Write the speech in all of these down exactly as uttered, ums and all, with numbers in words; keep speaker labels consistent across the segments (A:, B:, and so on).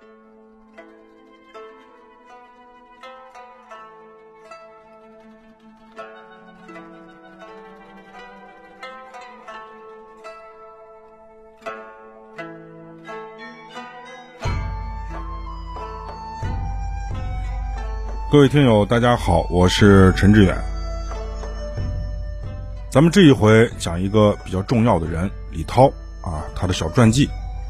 A: 各位听友大家好，我是陈志远。咱们这一回讲一个比较重要的人，李涛啊，他的小传记。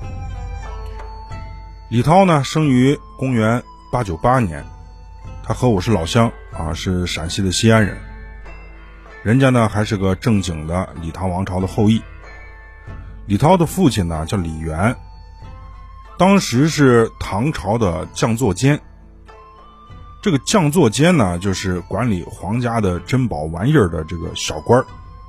A: 李涛呢，生于公元八九八年，他和我是老乡啊，是陕西的西安人。人家呢还是个正经的李唐王朝的后裔。李涛的父亲呢叫李元，当时是唐朝的将作监。这个将作监呢，就是管理皇家的珍宝玩意儿的这个小官儿。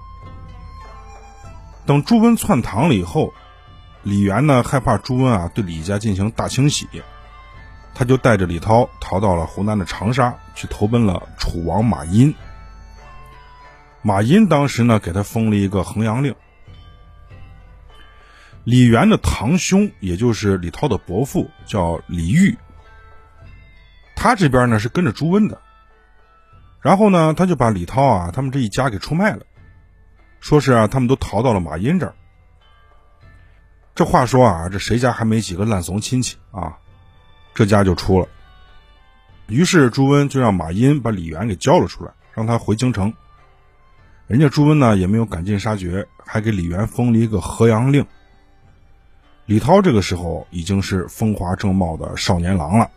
A: 等朱温篡唐了以后，李元呢害怕朱温啊对李家进行大清洗，他就带着李涛逃到了湖南的长沙，去投奔了楚王马殷。马殷当时呢给他封了一个衡阳令。李元的堂兄，也就是李涛的伯父，叫李煜。他这边呢是跟着朱温的，然后呢他就把李涛啊他们这一家给出卖了，说是啊他们都逃到了马殷这儿。这话说啊，这谁家还没几个烂怂亲戚啊，这家就出了。于是朱温就让马殷把李元给交了出来，让他回京城。人家朱温呢也没有赶尽杀绝，还给李元封了一个河阳令。李涛这个时候已经是风华正茂的少年郎了。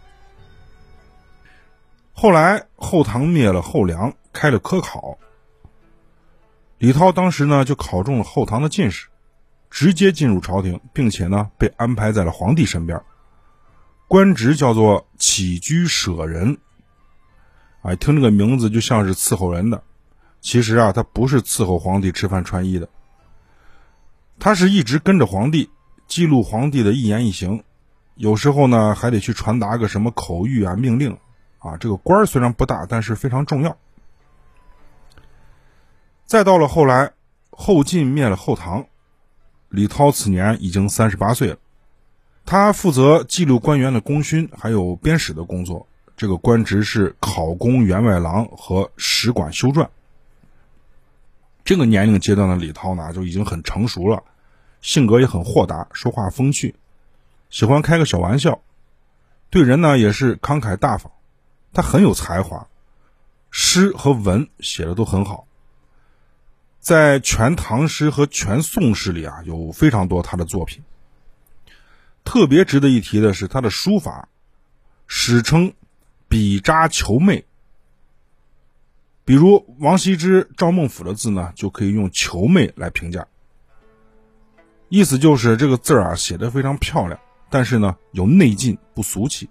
A: 后来后唐灭了后梁，开了科考。李涛当时呢就考中了后唐的进士，直接进入朝廷，并且呢被安排在了皇帝身边，官职叫做起居舍人。啊，听这个名字就像是伺候人的，其实啊他不是伺候皇帝吃饭穿衣的，他是一直跟着皇帝，记录皇帝的一言一行，有时候呢还得去传达个什么口谕啊命令啊，这个官虽然不大，但是非常重要。再到了后来，后晋灭了后唐，李涛此年已经三十八岁了。他负责记录官员的功勋还有编史的工作，这个官职是考功员外郎和史馆修撰。这个年龄阶段的李涛呢就已经很成熟了，性格也很豁达，说话风趣，喜欢开个小玩笑，对人呢也是慷慨大方。他很有才华，诗和文写的都很好，在全唐诗和全宋诗里啊有非常多他的作品。特别值得一提的是他的书法，史称笔札求媚。比如王羲之、赵孟俯的字呢就可以用求媚来评价，意思就是这个字啊写得非常漂亮，但是呢有内劲，不俗气。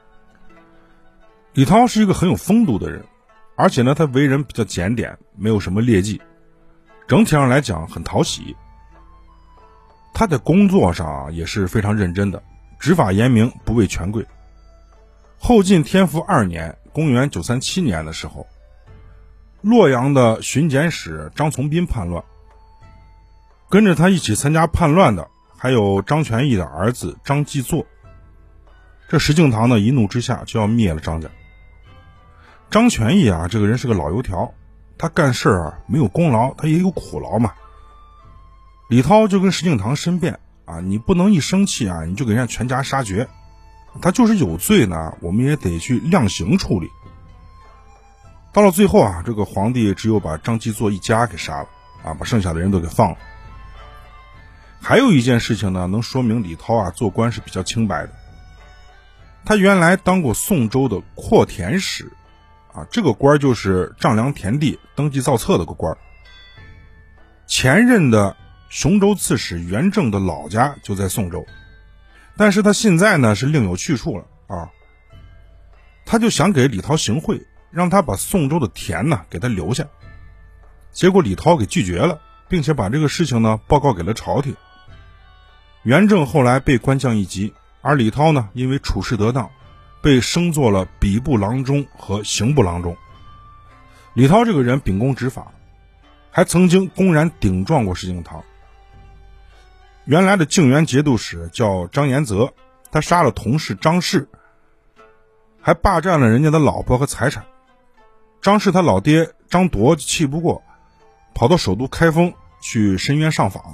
A: 李涛是一个很有风度的人，而且呢他为人比较检点，没有什么劣迹，整体上来讲很讨喜。他在工作上啊也是非常认真的，执法严明，不畏权贵。后晋天福二年，公元九三七年的时候，洛阳的巡检使张从斌叛乱，跟着他一起参加叛乱的还有张全义的儿子张继作。这石敬瑭呢一怒之下就要灭了张家。张全义啊这个人是个老油条，他干事啊没有功劳，他也有苦劳嘛。李涛就跟石敬瑭申辩啊，你不能一生气啊你就给人家全家杀绝，他就是有罪呢，我们也得去量刑处理。到了最后啊，这个皇帝只有把张继作一家给杀了啊，把剩下的人都给放了。还有一件事情呢能说明李涛啊做官是比较清白的，他原来当过宋州的扩田使啊，这个官就是丈量田地登记造册的个官。前任的雄州刺史袁正的老家就在宋州，但是他现在呢是另有去处了啊。他就想给李涛行贿，让他把宋州的田呢给他留下，结果李涛给拒绝了，并且把这个事情呢报告给了朝廷。袁正后来被官降一级，而李涛呢因为处事得当，被升做了笔部郎中和刑部郎中。李涛这个人秉公执法，还曾经公然顶撞过石敬瑭。原来的靖远节度使叫张延泽， 他杀了同事张氏，还霸占了人家的老婆和财产。张氏他老爹张铎气不过，跑到首都开封去申冤上访。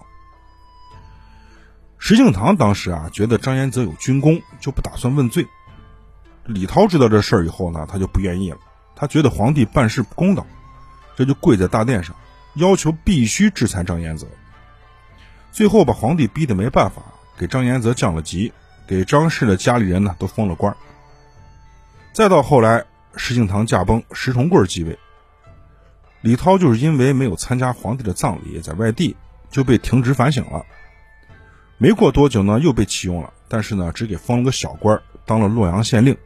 A: 石敬瑭当时啊觉得张延泽有军功，就不打算问罪。李涛知道这事儿以后呢，他就不愿意了，他觉得皇帝办事不公道，这就跪在大殿上要求必须制裁张延泽。最后把皇帝逼得没办法，给张延泽降了级，给张氏的家里人呢都封了官。再到后来石敬瑭驾崩，石重贵继位，李涛就是因为没有参加皇帝的葬礼，在外地就被停职反省了。没过多久呢，又被启用了，但是呢，只给封了个小官，当了洛阳县令。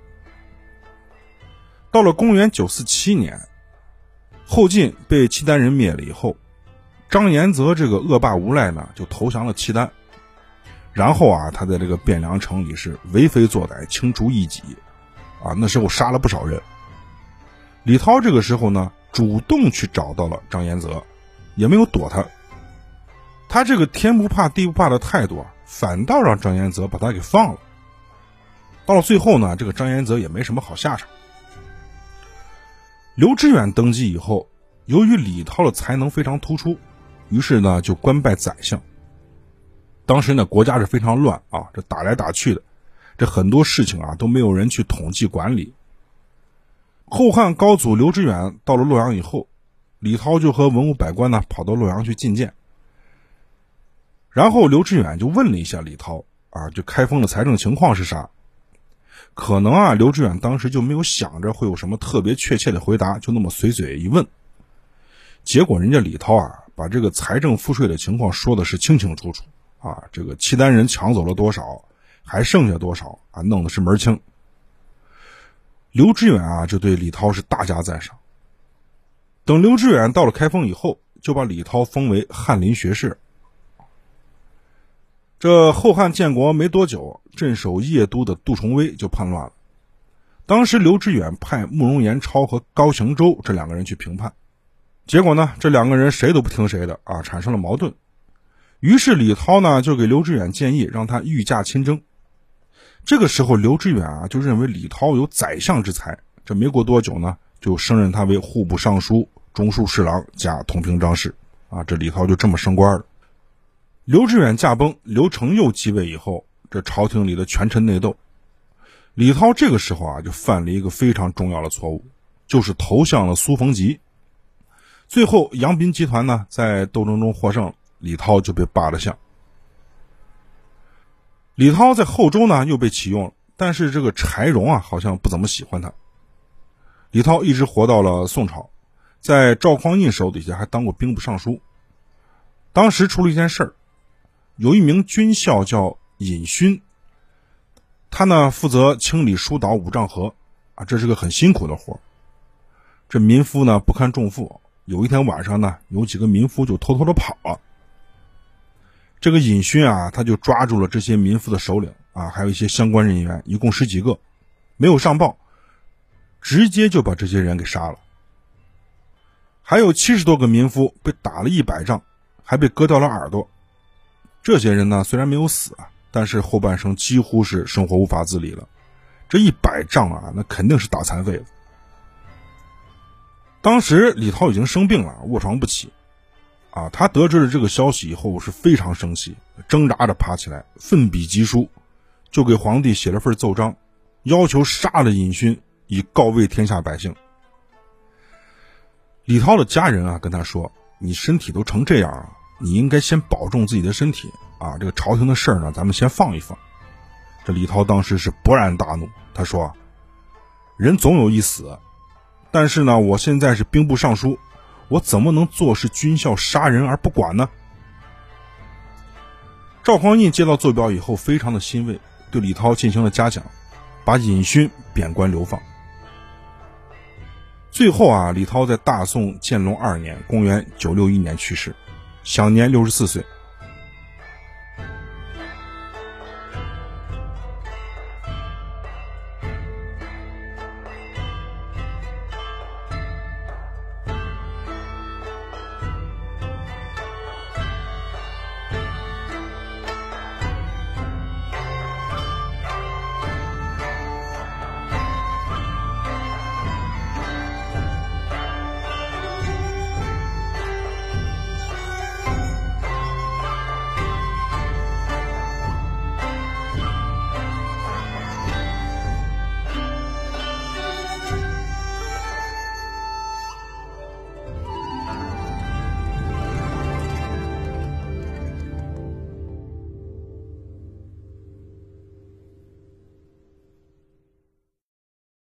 A: 到了公元九四七年，后晋被契丹人灭了以后，张延泽这个恶霸无赖呢，就投降了契丹。然后啊，他在这个汴梁城里是为非作歹，倾诛异己，啊，那时候杀了不少人。李涛这个时候呢，主动去找到了张延泽，也没有躲他。他这个天不怕地不怕的态度啊，反倒让张延泽把他给放了。到了最后呢，这个张延泽也没什么好下场。刘知远登基以后，由于李涛的才能非常突出，于是呢就官拜宰相。当时呢国家是非常乱啊，这打来打去的，这很多事情啊都没有人去统计管理。后汉高祖刘知远到了洛阳以后，李涛就和文武百官呢跑到洛阳去觐见。然后刘知远就问了一下李涛啊，就开封的财政情况是啥？可能啊刘知远当时就没有想着会有什么特别确切的回答，就那么随嘴一问。结果人家李涛啊把这个财政赋税的情况说的是清清楚楚啊，这个契丹人抢走了多少，还剩下多少啊，弄的是门清。刘知远啊就对李涛是大加赞赏。等刘知远到了开封以后，就把李涛封为翰林学士。这后汉建国没多久，镇守邺都的杜重威就叛乱了。当时刘知远派慕容延超和高行周这两个人去平叛，结果呢这两个人谁都不听谁的啊，产生了矛盾。于是李涛呢就给刘知远建议，让他御驾亲征。这个时候刘知远啊就认为李涛有宰相之才，这没过多久呢就升任他为户部尚书、中书侍郎加同平章事啊，这李涛就这么升官了。刘知远驾崩，刘承佑继位以后，这朝廷里的权臣内斗，李涛这个时候啊就犯了一个非常重要的错误，就是投向了苏逢吉。最后杨斌集团呢在斗争中获胜，李涛就被罢了相。李涛在后周呢又被启用了，但是这个柴荣啊好像不怎么喜欢他。李涛一直活到了宋朝，在赵匡胤手底下还当过兵部尚书。当时出了一件事儿，有一名军校叫尹勋，他呢负责清理疏导五丈河啊，这是个很辛苦的活。这民夫呢不堪重负，有一天晚上呢，有几个民夫就偷偷的跑了。这个尹勋啊，他就抓住了这些民夫的首领啊，还有一些相关人员，一共十几个，没有上报，直接就把这些人给杀了。还有七十多个民夫被打了一百仗，还被割掉了耳朵。这些人呢虽然没有死啊，但是后半生几乎是生活无法自理了。这一百仗啊，那肯定是打残废了。当时李涛已经生病了，卧床不起啊。他得知了这个消息以后是非常生气，挣扎着爬起来，奋笔疾书，就给皇帝写了份奏章，要求杀了尹勋，以告慰天下百姓。李涛的家人啊跟他说，你身体都成这样了，你应该先保重自己的身体啊，这个朝廷的事儿呢咱们先放一放。这李涛当时是勃然大怒，他说，人总有一死，但是呢我现在是兵部尚书，我怎么能坐视军校杀人而不管呢？赵匡胤接到奏表以后非常的欣慰，对李涛进行了嘉奖，把尹勋贬官流放。最后啊，李涛在大宋建隆二年公元九六一年去世，享年六十四岁。